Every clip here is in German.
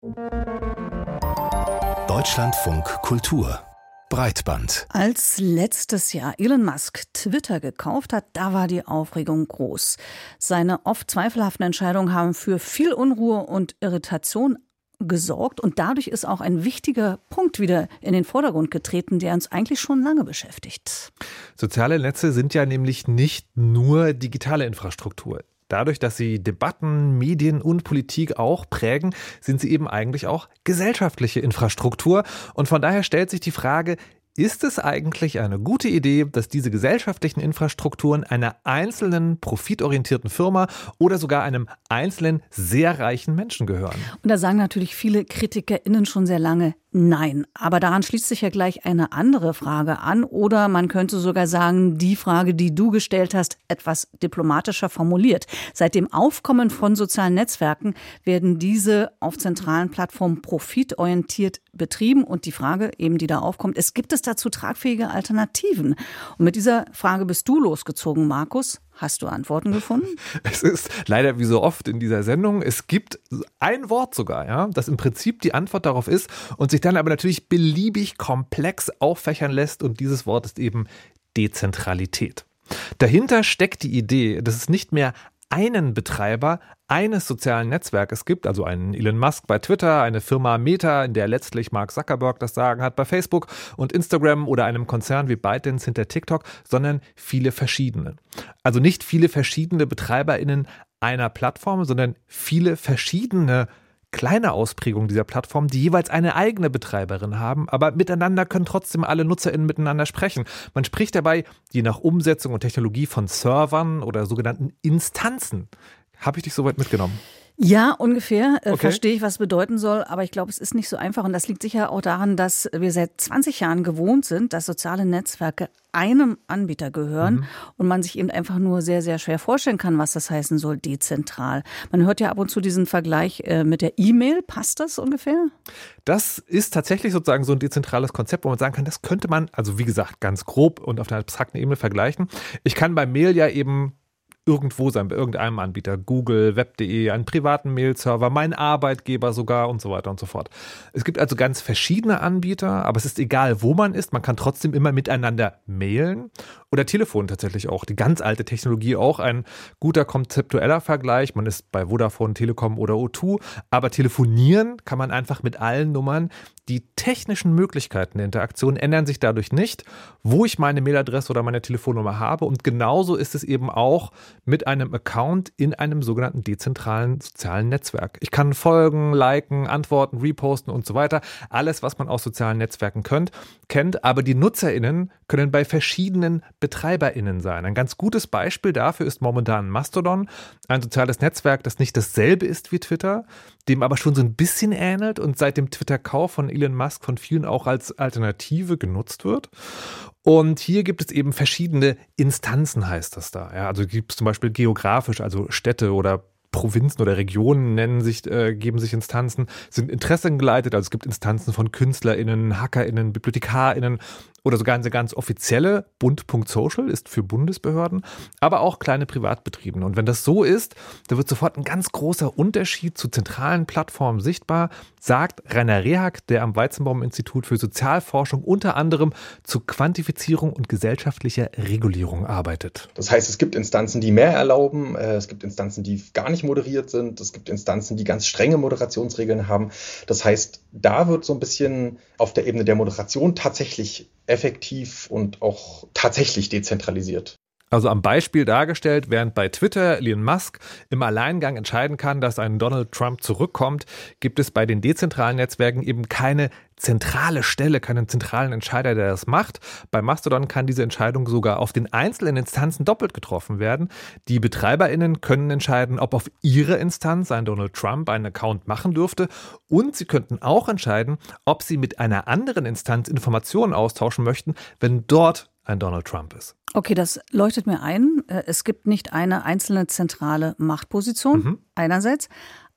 Deutschlandfunk Kultur Breitband. Als letztes Jahr Elon Musk Twitter gekauft hat, da war die Aufregung groß. Seine oft zweifelhaften Entscheidungen haben für viel Unruhe und Irritation gesorgt und dadurch ist auch ein wichtiger Punkt wieder in den Vordergrund getreten, der uns eigentlich schon lange beschäftigt. Soziale Netze sind ja nämlich nicht nur digitale Infrastruktur. Dadurch, dass sie Debatten, Medien und Politik auch prägen, sind sie eben eigentlich auch gesellschaftliche Infrastruktur. Und von daher stellt sich die Frage, ist es eigentlich eine gute Idee, dass diese gesellschaftlichen Infrastrukturen einer einzelnen profitorientierten Firma oder sogar einem einzelnen sehr reichen Menschen gehören? Und da sagen natürlich viele KritikerInnen schon sehr lange nein. Aber daran schließt sich ja gleich eine andere Frage an. Oder man könnte sogar sagen, die Frage, die du gestellt hast, etwas diplomatischer formuliert. Seit dem Aufkommen von sozialen Netzwerken werden diese auf zentralen Plattformen profitorientiert betrieben. Und die Frage eben, die da aufkommt, gibt es dazu tragfähige Alternativen? Und mit dieser Frage bist du losgezogen, Markus. Hast du Antworten gefunden? Es ist leider wie so oft in dieser Sendung, es gibt ein Wort sogar, ja, das im Prinzip die Antwort darauf ist und sich dann aber natürlich beliebig komplex auffächern lässt und dieses Wort ist eben Dezentralität. Dahinter steckt die Idee, dass es nicht mehr einen Betreiber eines sozialen Netzwerkes gibt, also einen Elon Musk bei Twitter, eine Firma Meta, in der letztlich Mark Zuckerberg das Sagen hat bei Facebook und Instagram oder einem Konzern wie ByteDance hinter TikTok, sondern viele verschiedene. Also nicht viele verschiedene BetreiberInnen einer Plattform, sondern viele verschiedene kleine Ausprägungen dieser Plattform, die jeweils eine eigene Betreiberin haben, aber miteinander können trotzdem alle NutzerInnen miteinander sprechen. Man spricht dabei, je nach Umsetzung und Technologie, von Servern oder sogenannten Instanzen. Habe ich dich soweit mitgenommen? Ja, ungefähr. Okay. Verstehe ich, was es bedeuten soll. Aber ich glaube, es ist nicht so einfach. Und das liegt sicher auch daran, dass wir seit 20 Jahren gewohnt sind, dass soziale Netzwerke einem Anbieter gehören und man sich eben einfach nur sehr, sehr schwer vorstellen kann, was das heißen soll, dezentral. Man hört ja ab und zu diesen Vergleich mit der E-Mail. Passt das ungefähr? Das ist tatsächlich sozusagen so ein dezentrales Konzept, wo man sagen kann, das könnte man, also wie gesagt, ganz grob und auf einer abstrakten Ebene vergleichen. Ich kann bei Mail ja eben irgendwo sein, bei irgendeinem Anbieter, Google, Web.de, einen privaten Mail-Server, mein Arbeitgeber sogar und so weiter und so fort. Es gibt also ganz verschiedene Anbieter, aber es ist egal, wo man ist, man kann trotzdem immer miteinander mailen oder Telefon tatsächlich auch. Die ganz alte Technologie auch ein guter konzeptueller Vergleich. Man ist bei Vodafone, Telekom oder O2, aber telefonieren kann man einfach mit allen Nummern. Die technischen Möglichkeiten der Interaktion ändern sich dadurch nicht, wo ich meine Mailadresse oder meine Telefonnummer habe. Und genauso ist es eben auch mit einem Account in einem sogenannten dezentralen sozialen Netzwerk. Ich kann folgen, liken, antworten, reposten und so weiter. Alles, was man aus sozialen Netzwerken kennt. Aber die NutzerInnen können bei verschiedenen BetreiberInnen sein. Ein ganz gutes Beispiel dafür ist momentan Mastodon, ein soziales Netzwerk, das nicht dasselbe ist wie Twitter, dem aber schon so ein bisschen ähnelt und seit dem Twitter-Kauf von Elon Musk von vielen auch als Alternative genutzt wird. Und hier gibt es eben verschiedene Instanzen, heißt das da. Ja, also gibt es zum Beispiel geografisch, also Städte oder Provinzen oder Regionen geben sich Instanzen, sind interessengeleitet. Also es gibt Instanzen von KünstlerInnen, HackerInnen, BibliothekarInnen oder sogar eine ganz offizielle Bund.social ist für Bundesbehörden, aber auch kleine Privatbetriebe. Und wenn das so ist, da wird sofort ein ganz großer Unterschied zu zentralen Plattformen sichtbar, sagt Rainer Rehag, der am Weizenbaum-Institut für Sozialforschung unter anderem zur Quantifizierung und gesellschaftlicher Regulierung arbeitet. Das heißt, es gibt Instanzen, die mehr erlauben, es gibt Instanzen, die gar nicht moderiert sind, es gibt Instanzen, die ganz strenge Moderationsregeln haben. Das heißt, da wird so ein bisschen auf der Ebene der Moderation tatsächlich effektiv und auch tatsächlich dezentralisiert. Also am Beispiel dargestellt, während bei Twitter Elon Musk im Alleingang entscheiden kann, dass ein Donald Trump zurückkommt, gibt es bei den dezentralen Netzwerken eben keine zentrale Stelle, keinen zentralen Entscheider, der das macht. Bei Mastodon kann diese Entscheidung sogar auf den einzelnen Instanzen doppelt getroffen werden. Die BetreiberInnen können entscheiden, ob auf ihre Instanz ein Donald Trump einen Account machen dürfte und sie könnten auch entscheiden, ob sie mit einer anderen Instanz Informationen austauschen möchten, wenn dort ein Donald Trump ist. Okay, das leuchtet mir ein. Es gibt nicht eine einzelne zentrale Machtposition einerseits.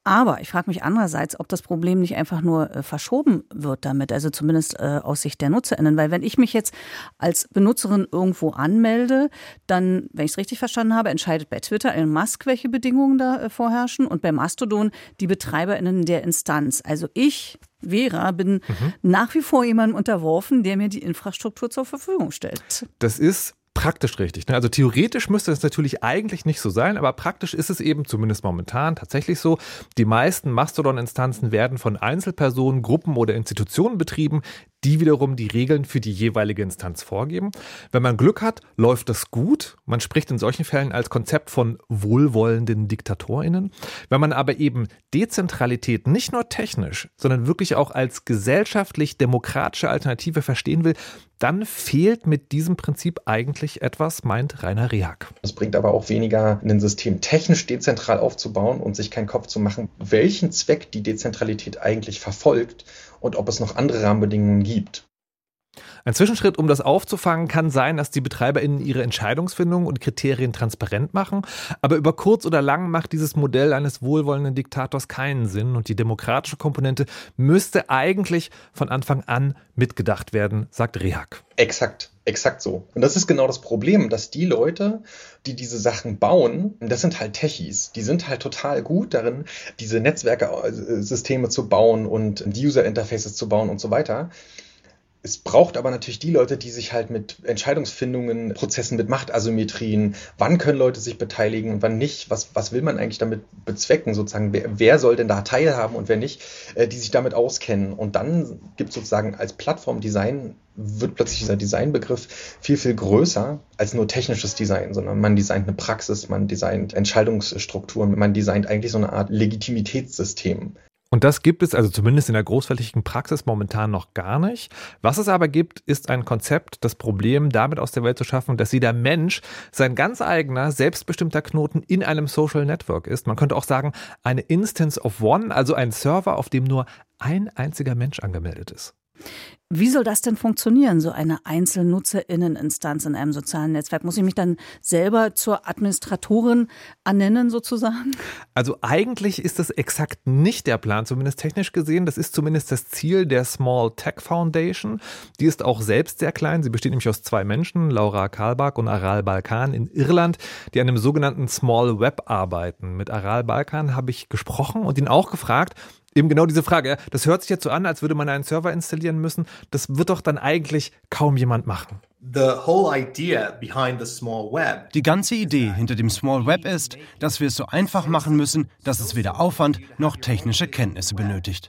Aber ich frage mich andererseits, ob das Problem nicht einfach nur verschoben wird damit, also zumindest aus Sicht der NutzerInnen. Weil wenn ich mich jetzt als Benutzerin irgendwo anmelde, dann, wenn ich es richtig verstanden habe, entscheidet bei Twitter Elon Musk, welche Bedingungen da vorherrschen und bei Mastodon die BetreiberInnen der Instanz. Also ich, Vera, bin nach wie vor jemandem unterworfen, der mir die Infrastruktur zur Verfügung stellt. Das ist praktisch richtig. Also theoretisch müsste es natürlich eigentlich nicht so sein, aber praktisch ist es eben zumindest momentan tatsächlich so. Die meisten Mastodon-Instanzen werden von Einzelpersonen, Gruppen oder Institutionen betrieben, die wiederum die Regeln für die jeweilige Instanz vorgeben. Wenn man Glück hat, läuft das gut. Man spricht in solchen Fällen als Konzept von wohlwollenden DiktatorInnen. Wenn man aber eben Dezentralität nicht nur technisch, sondern wirklich auch als gesellschaftlich-demokratische Alternative verstehen will, dann fehlt mit diesem Prinzip eigentlich etwas, meint Rainer Rehag. Es bringt aber auch weniger, ein System technisch dezentral aufzubauen und sich keinen Kopf zu machen, welchen Zweck die Dezentralität eigentlich verfolgt und ob es noch andere Rahmenbedingungen gibt. Ein Zwischenschritt, um das aufzufangen, kann sein, dass die BetreiberInnen ihre Entscheidungsfindung und Kriterien transparent machen. Aber über kurz oder lang macht dieses Modell eines wohlwollenden Diktators keinen Sinn. Und die demokratische Komponente müsste eigentlich von Anfang an mitgedacht werden, sagt Rehag. Exakt so. Und das ist genau das Problem, dass die Leute, die diese Sachen bauen, das sind halt Techies. Die sind halt total gut darin, diese Netzwerke-Systeme zu bauen und User-Interfaces zu bauen und so weiter. Es braucht aber natürlich die Leute, die sich halt mit Entscheidungsfindungen, Prozessen mit Machtasymmetrien, wann können Leute sich beteiligen und wann nicht, was will man eigentlich damit bezwecken, sozusagen, wer soll denn da teilhaben und wer nicht, die sich damit auskennen. Und dann gibt es sozusagen als Plattformdesign, wird plötzlich dieser Designbegriff viel, viel größer als nur technisches Design, sondern man designt eine Praxis, man designt Entscheidungsstrukturen, man designt eigentlich so eine Art Legitimitätssystem. Und das gibt es also zumindest in der großflächigen Praxis momentan noch gar nicht. Was es aber gibt, ist ein Konzept, das Problem damit aus der Welt zu schaffen, dass jeder Mensch sein ganz eigener, selbstbestimmter Knoten in einem Social Network ist. Man könnte auch sagen, eine Instance of One, also ein Server, auf dem nur ein einziger Mensch angemeldet ist. Wie soll das denn funktionieren, so eine EinzelnutzerInneninstanz in einem sozialen Netzwerk? Muss ich mich dann selber zur Administratorin ernennen sozusagen? Also eigentlich ist das exakt nicht der Plan, zumindest technisch gesehen. Das ist zumindest das Ziel der Small Tech Foundation. Die ist auch selbst sehr klein. Sie besteht nämlich aus 2 Menschen, Laura Kalbak und Aral Balkan in Irland, die an dem sogenannten Small Web arbeiten. Mit Aral Balkan habe ich gesprochen und ihn auch gefragt, eben genau diese Frage, das hört sich jetzt so an, als würde man einen Server installieren müssen. Das wird doch dann eigentlich kaum jemand machen. Die ganze Idee hinter dem Small Web ist, dass wir es so einfach machen müssen, dass es weder Aufwand noch technische Kenntnisse benötigt.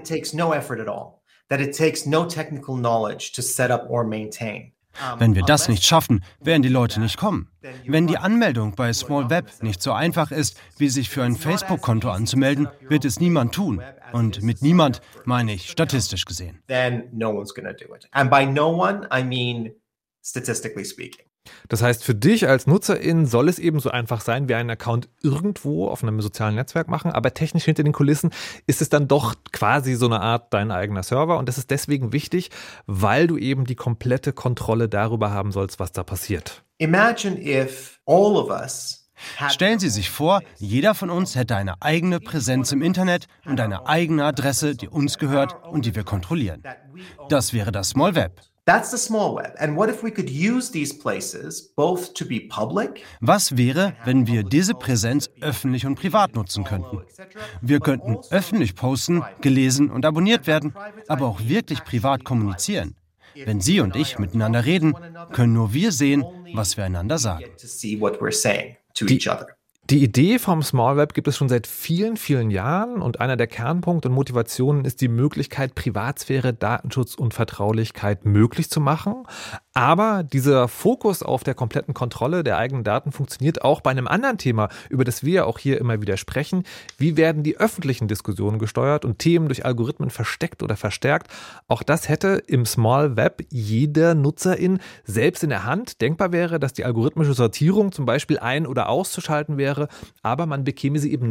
Wenn wir das nicht schaffen, werden die Leute nicht kommen. Wenn die Anmeldung bei Small Web nicht so einfach ist, wie sich für ein Facebook-Konto anzumelden, wird es niemand tun. Und mit niemand meine ich statistisch gesehen. Then no one's gonna do it. And by no one, I mean statistically speaking. Das heißt, für dich als Nutzerin soll es eben so einfach sein, wie einen Account irgendwo auf einem sozialen Netzwerk machen, aber technisch hinter den Kulissen ist es dann doch quasi so eine Art dein eigener Server und das ist deswegen wichtig, weil du eben die komplette Kontrolle darüber haben sollst, was da passiert. Imagine if all of us Stellen Sie sich vor, jeder von uns hätte eine eigene Präsenz im Internet und eine eigene Adresse, die uns gehört und die wir kontrollieren. Das wäre das Small Web. That's the small web. And what if we could use these places both to be public? Was wäre, wenn wir diese Präsenz öffentlich und privat nutzen könnten? Wir könnten öffentlich posten, gelesen und abonniert werden, aber auch wirklich privat kommunizieren. Wenn Sie und ich miteinander reden, können nur wir sehen, was wir einander sagen. Die Idee vom Small Web gibt es schon seit vielen, vielen Jahren und einer der Kernpunkte und Motivationen ist die Möglichkeit, Privatsphäre, Datenschutz und Vertraulichkeit möglich zu machen. Aber dieser Fokus auf der kompletten Kontrolle der eigenen Daten funktioniert auch bei einem anderen Thema, über das wir auch hier immer wieder sprechen. Wie werden die öffentlichen Diskussionen gesteuert und Themen durch Algorithmen versteckt oder verstärkt? Auch das hätte im Small Web jeder Nutzerin selbst in der Hand. Denkbar wäre, dass die algorithmische Sortierung zum Beispiel ein- oder auszuschalten wäre, aber man bekäme sie eben nicht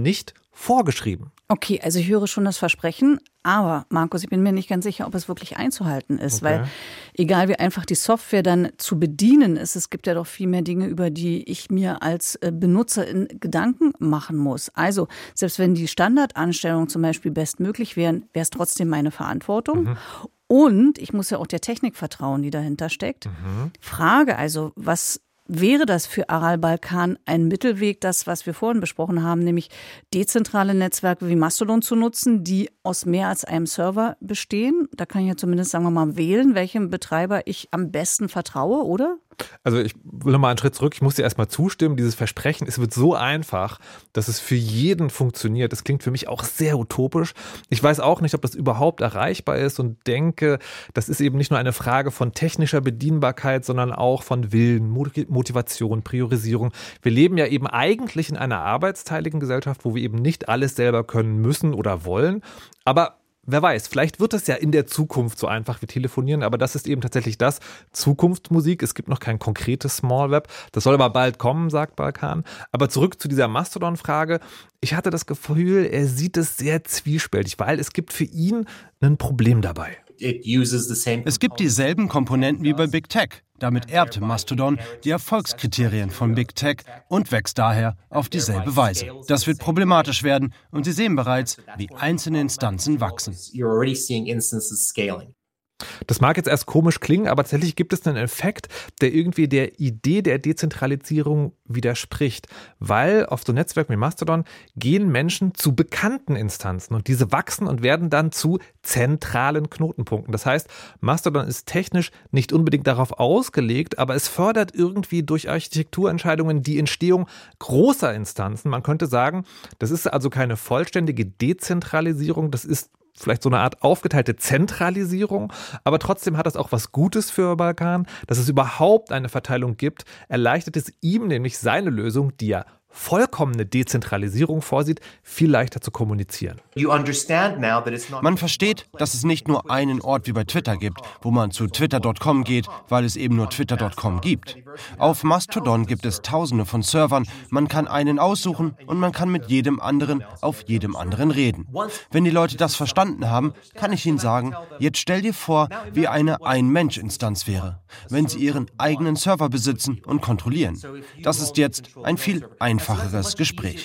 vorgeschrieben. Okay, also ich höre schon das Versprechen, aber Markus, ich bin mir nicht ganz sicher, ob es wirklich einzuhalten ist, weil egal wie einfach die Software dann zu bedienen ist, es gibt ja doch viel mehr Dinge, über die ich mir als Benutzerin Gedanken machen muss. Also selbst wenn die Standardanstellungen zum Beispiel bestmöglich wären, wäre es trotzdem meine Verantwortung. Und ich muss ja auch der Technik vertrauen, die dahinter steckt. Frage also, was wäre das für Aral Balkan ein Mittelweg, das, was wir vorhin besprochen haben, nämlich dezentrale Netzwerke wie Mastodon zu nutzen, die aus mehr als einem Server bestehen? Da kann ich ja zumindest, sagen wir mal, wählen, welchem Betreiber ich am besten vertraue, oder? Also ich will nochmal einen Schritt zurück. Ich muss dir erstmal zustimmen. Dieses Versprechen, es wird so einfach, dass es für jeden funktioniert. Das klingt für mich auch sehr utopisch. Ich weiß auch nicht, ob das überhaupt erreichbar ist und denke, das ist eben nicht nur eine Frage von technischer Bedienbarkeit, sondern auch von Willen, Motivation, Priorisierung. Wir leben ja eben eigentlich in einer arbeitsteiligen Gesellschaft, wo wir eben nicht alles selber können müssen oder wollen. Aber wer weiß, vielleicht wird es ja in der Zukunft so einfach wie telefonieren, aber das ist eben tatsächlich das, Zukunftsmusik. Es gibt noch kein konkretes Small Web. Das soll aber bald kommen, sagt Balkan. Aber zurück zu dieser Mastodon-Frage. Ich hatte das Gefühl, er sieht es sehr zwiespältig, weil es gibt für ihn ein Problem dabei. Es gibt dieselben Komponenten wie bei Big Tech. Damit erbt Mastodon die Erfolgskriterien von Big Tech und wächst daher auf dieselbe Weise. Das wird problematisch werden und Sie sehen bereits, wie einzelne Instanzen wachsen. Das mag jetzt erst komisch klingen, aber tatsächlich gibt es einen Effekt, der irgendwie der Idee der Dezentralisierung widerspricht. Weil auf so Netzwerken wie Mastodon gehen Menschen zu bekannten Instanzen und diese wachsen und werden dann zu zentralen Knotenpunkten. Das heißt, Mastodon ist technisch nicht unbedingt darauf ausgelegt, aber es fördert irgendwie durch Architekturentscheidungen die Entstehung großer Instanzen. Man könnte sagen, das ist also keine vollständige Dezentralisierung, das ist vielleicht so eine Art aufgeteilte Zentralisierung, aber trotzdem hat das auch was Gutes für Balkan, dass es überhaupt eine Verteilung gibt, erleichtert es ihm nämlich seine Lösung, die ja vollkommene Dezentralisierung vorsieht, viel leichter zu kommunizieren. Man versteht, dass es nicht nur einen Ort wie bei Twitter gibt, wo man zu twitter.com geht, weil es eben nur twitter.com gibt. Auf Mastodon gibt es tausende von Servern, man kann einen aussuchen und man kann mit jedem anderen auf jedem anderen reden. Wenn die Leute das verstanden haben, kann ich ihnen sagen, jetzt stell dir vor, wie eine Ein-Mensch-Instanz wäre, wenn sie ihren eigenen Server besitzen und kontrollieren. Das ist jetzt ein viel einfacheres Gespräch.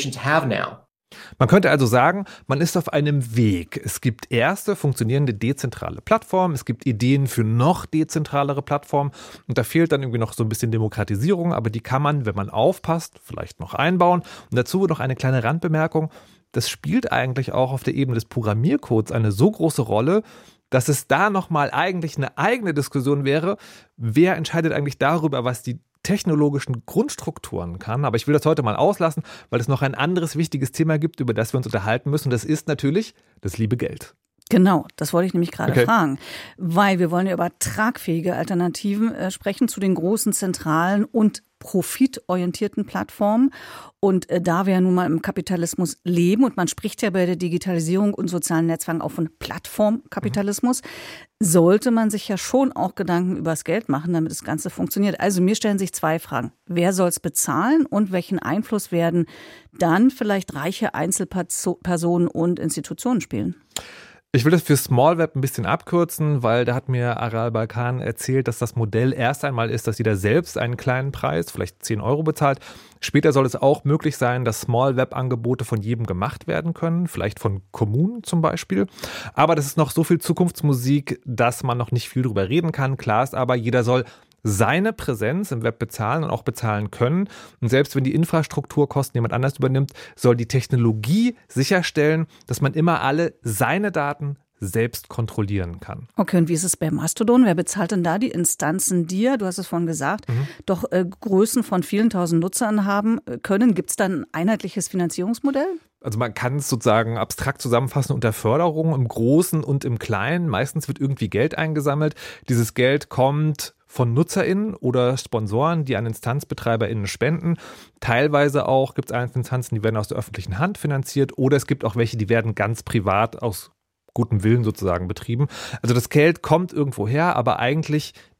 Man könnte also sagen, man ist auf einem Weg. Es gibt erste funktionierende dezentrale Plattformen, es gibt Ideen für noch dezentralere Plattformen und da fehlt dann irgendwie noch so ein bisschen Demokratisierung, aber die kann man, wenn man aufpasst, vielleicht noch einbauen. Und dazu noch eine kleine Randbemerkung, das spielt eigentlich auch auf der Ebene des Programmiercodes eine so große Rolle, dass es da nochmal eigentlich eine eigene Diskussion wäre, wer entscheidet eigentlich darüber, was die technologischen Grundstrukturen kann. Aber ich will das heute mal auslassen, weil es noch ein anderes wichtiges Thema gibt, über das wir uns unterhalten müssen. Das ist natürlich das liebe Geld. Genau, das wollte ich nämlich gerade fragen, weil wir wollen ja über tragfähige Alternativen sprechen zu den großen zentralen und profitorientierten Plattformen. Und da wir ja nun mal im Kapitalismus leben und man spricht ja bei der Digitalisierung und sozialen Netzwerken auch von Plattformkapitalismus, sollte man sich ja schon auch Gedanken über das Geld machen, damit das Ganze funktioniert. Also mir stellen sich zwei Fragen. Wer soll es bezahlen und welchen Einfluss werden dann vielleicht reiche Einzelpersonen und Institutionen spielen? Ich will das für Small Web ein bisschen abkürzen, weil da hat mir Aral Balkan erzählt, dass das Modell erst einmal ist, dass jeder selbst einen kleinen Preis, vielleicht 10 € bezahlt. Später soll es auch möglich sein, dass Small Web Angebote von jedem gemacht werden können, vielleicht von Kommunen zum Beispiel. Aber das ist noch so viel Zukunftsmusik, dass man noch nicht viel drüber reden kann. Klar ist aber, jeder soll seine Präsenz im Web bezahlen und auch bezahlen können. Und selbst wenn die Infrastrukturkosten jemand anders übernimmt, soll die Technologie sicherstellen, dass man immer alle seine Daten selbst kontrollieren kann. Okay, und wie ist es bei Mastodon? Wer bezahlt denn da die Instanzen, die ja, du hast es vorhin gesagt, doch Größen von vielen tausend Nutzern haben können? Gibt es da ein einheitliches Finanzierungsmodell? Also man kann es sozusagen abstrakt zusammenfassen unter Förderung im Großen und im Kleinen. Meistens wird irgendwie Geld eingesammelt. Dieses Geld kommt von NutzerInnen oder Sponsoren, die an InstanzbetreiberInnen spenden. Teilweise auch gibt es Instanzen, die werden aus der öffentlichen Hand finanziert oder es gibt auch welche, die werden ganz privat aus gutem Willen sozusagen betrieben. Also das Geld kommt irgendwo her, aber eigentlich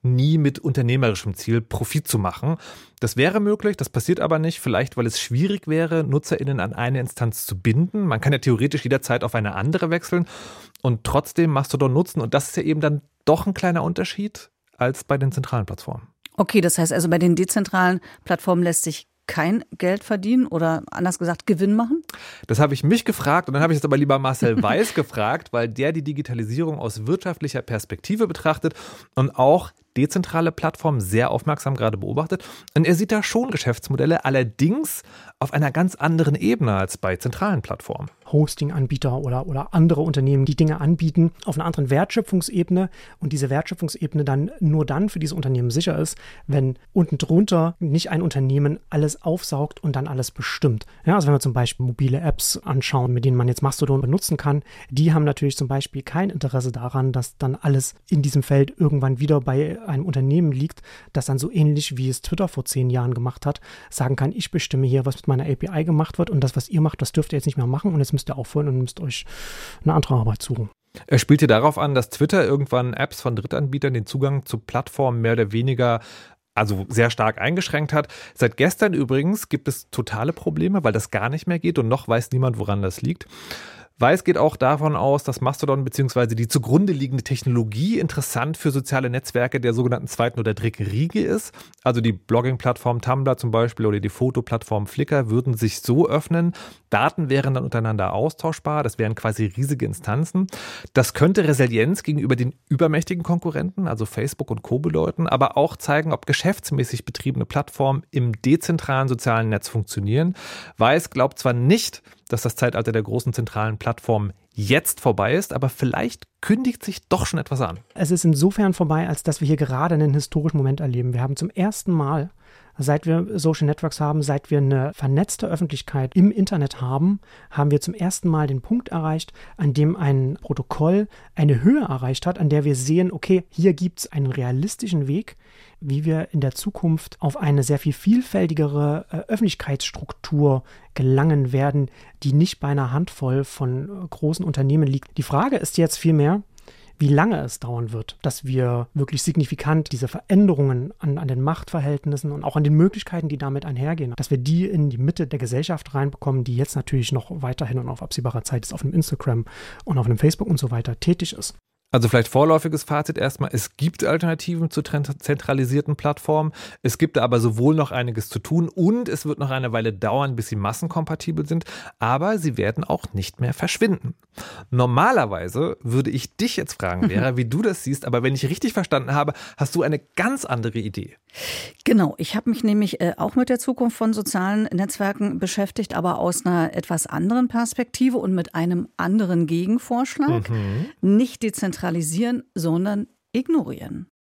nie mit unternehmerischem Ziel, Profit zu machen. Das wäre möglich, das passiert aber nicht, vielleicht weil es schwierig wäre, NutzerInnen an eine Instanz zu binden. Man kann ja theoretisch jederzeit auf eine andere wechseln und trotzdem Mastodon nutzen. Und das ist ja eben dann doch ein kleiner Unterschied als bei den zentralen Plattformen. Okay, das heißt also, bei den dezentralen Plattformen lässt sich kein Geld verdienen oder anders gesagt Gewinn machen? Das habe ich mich gefragt und dann habe ich es aber lieber Marcel Weiß gefragt, weil der die Digitalisierung aus wirtschaftlicher Perspektive betrachtet und auch dezentrale Plattformen sehr aufmerksam gerade beobachtet. Und er sieht da schon Geschäftsmodelle, allerdings auf einer ganz anderen Ebene als bei zentralen Plattformen. Hosting-Anbieter oder andere Unternehmen, die Dinge anbieten, auf einer anderen Wertschöpfungsebene und diese Wertschöpfungsebene dann nur dann für diese Unternehmen sicher ist, wenn unten drunter nicht ein Unternehmen alles aufsaugt und dann alles bestimmt. Ja, also wenn wir zum Beispiel mobile Apps anschauen, mit denen man jetzt Mastodon benutzen kann, die haben natürlich zum Beispiel kein Interesse daran, dass dann alles in diesem Feld irgendwann wieder bei einem Unternehmen liegt, das dann so ähnlich wie es Twitter vor 10 Jahren gemacht hat, sagen kann, ich bestimme hier, was mit meiner API gemacht wird und das, was ihr macht, das dürft ihr jetzt nicht mehr machen und jetzt müsst ihr aufhören und müsst euch eine andere Arbeit suchen. Er spielt hier darauf an, dass Twitter irgendwann Apps von Drittanbietern den Zugang zu Plattformen mehr oder weniger sehr stark eingeschränkt hat. Seit gestern übrigens gibt es totale Probleme, weil das gar nicht mehr geht und noch weiß niemand, woran das liegt. Weiß geht auch davon aus, dass Mastodon bzw. die zugrunde liegende Technologie interessant für soziale Netzwerke der sogenannten zweiten oder dritten Riege ist. Also die Blogging-Plattform Tumblr zum Beispiel oder die Fotoplattform Flickr würden sich so öffnen. Daten wären dann untereinander austauschbar. Das wären quasi riesige Instanzen. Das könnte Resilienz gegenüber den übermächtigen Konkurrenten, also Facebook und Co. bedeuten, aber auch zeigen, ob geschäftsmäßig betriebene Plattformen im dezentralen sozialen Netz funktionieren. Weiß glaubt zwar nicht, dass das Zeitalter der großen zentralen Plattformen jetzt vorbei ist, aber vielleicht kündigt sich doch schon etwas an. Es ist insofern vorbei, als dass wir hier gerade einen historischen Moment erleben. Wir haben zum ersten Mal, seit wir Social Networks haben, seit wir eine vernetzte Öffentlichkeit im Internet haben, haben wir zum ersten Mal den Punkt erreicht, an dem ein Protokoll eine Höhe erreicht hat, an der wir sehen, okay, hier gibt es einen realistischen Weg, wie wir in der Zukunft auf eine sehr viel vielfältigere Öffentlichkeitsstruktur gelangen werden, die nicht bei einer Handvoll von großen Unternehmen liegt. Die Frage ist jetzt vielmehr, wie lange es dauern wird, dass wir wirklich signifikant diese Veränderungen an den Machtverhältnissen und auch an den Möglichkeiten, die damit einhergehen, dass wir die in die Mitte der Gesellschaft reinbekommen, die jetzt natürlich noch weiterhin und auf absehbarer Zeit ist auf einem Instagram und auf einem Facebook und so weiter tätig ist. Also vielleicht vorläufiges Fazit erstmal, es gibt Alternativen zu zentralisierten Plattformen, es gibt da aber sowohl noch einiges zu tun und es wird noch eine Weile dauern, bis sie massenkompatibel sind, aber sie werden auch nicht mehr verschwinden. Normalerweise würde ich dich jetzt fragen, Vera, wie du das siehst, aber wenn ich richtig verstanden habe, hast du eine ganz andere Idee. Genau, ich habe mich nämlich auch mit der Zukunft von sozialen Netzwerken beschäftigt, aber aus einer etwas anderen Perspektive und mit einem anderen Gegenvorschlag. Nicht dezentralisieren, sondern ignorieren.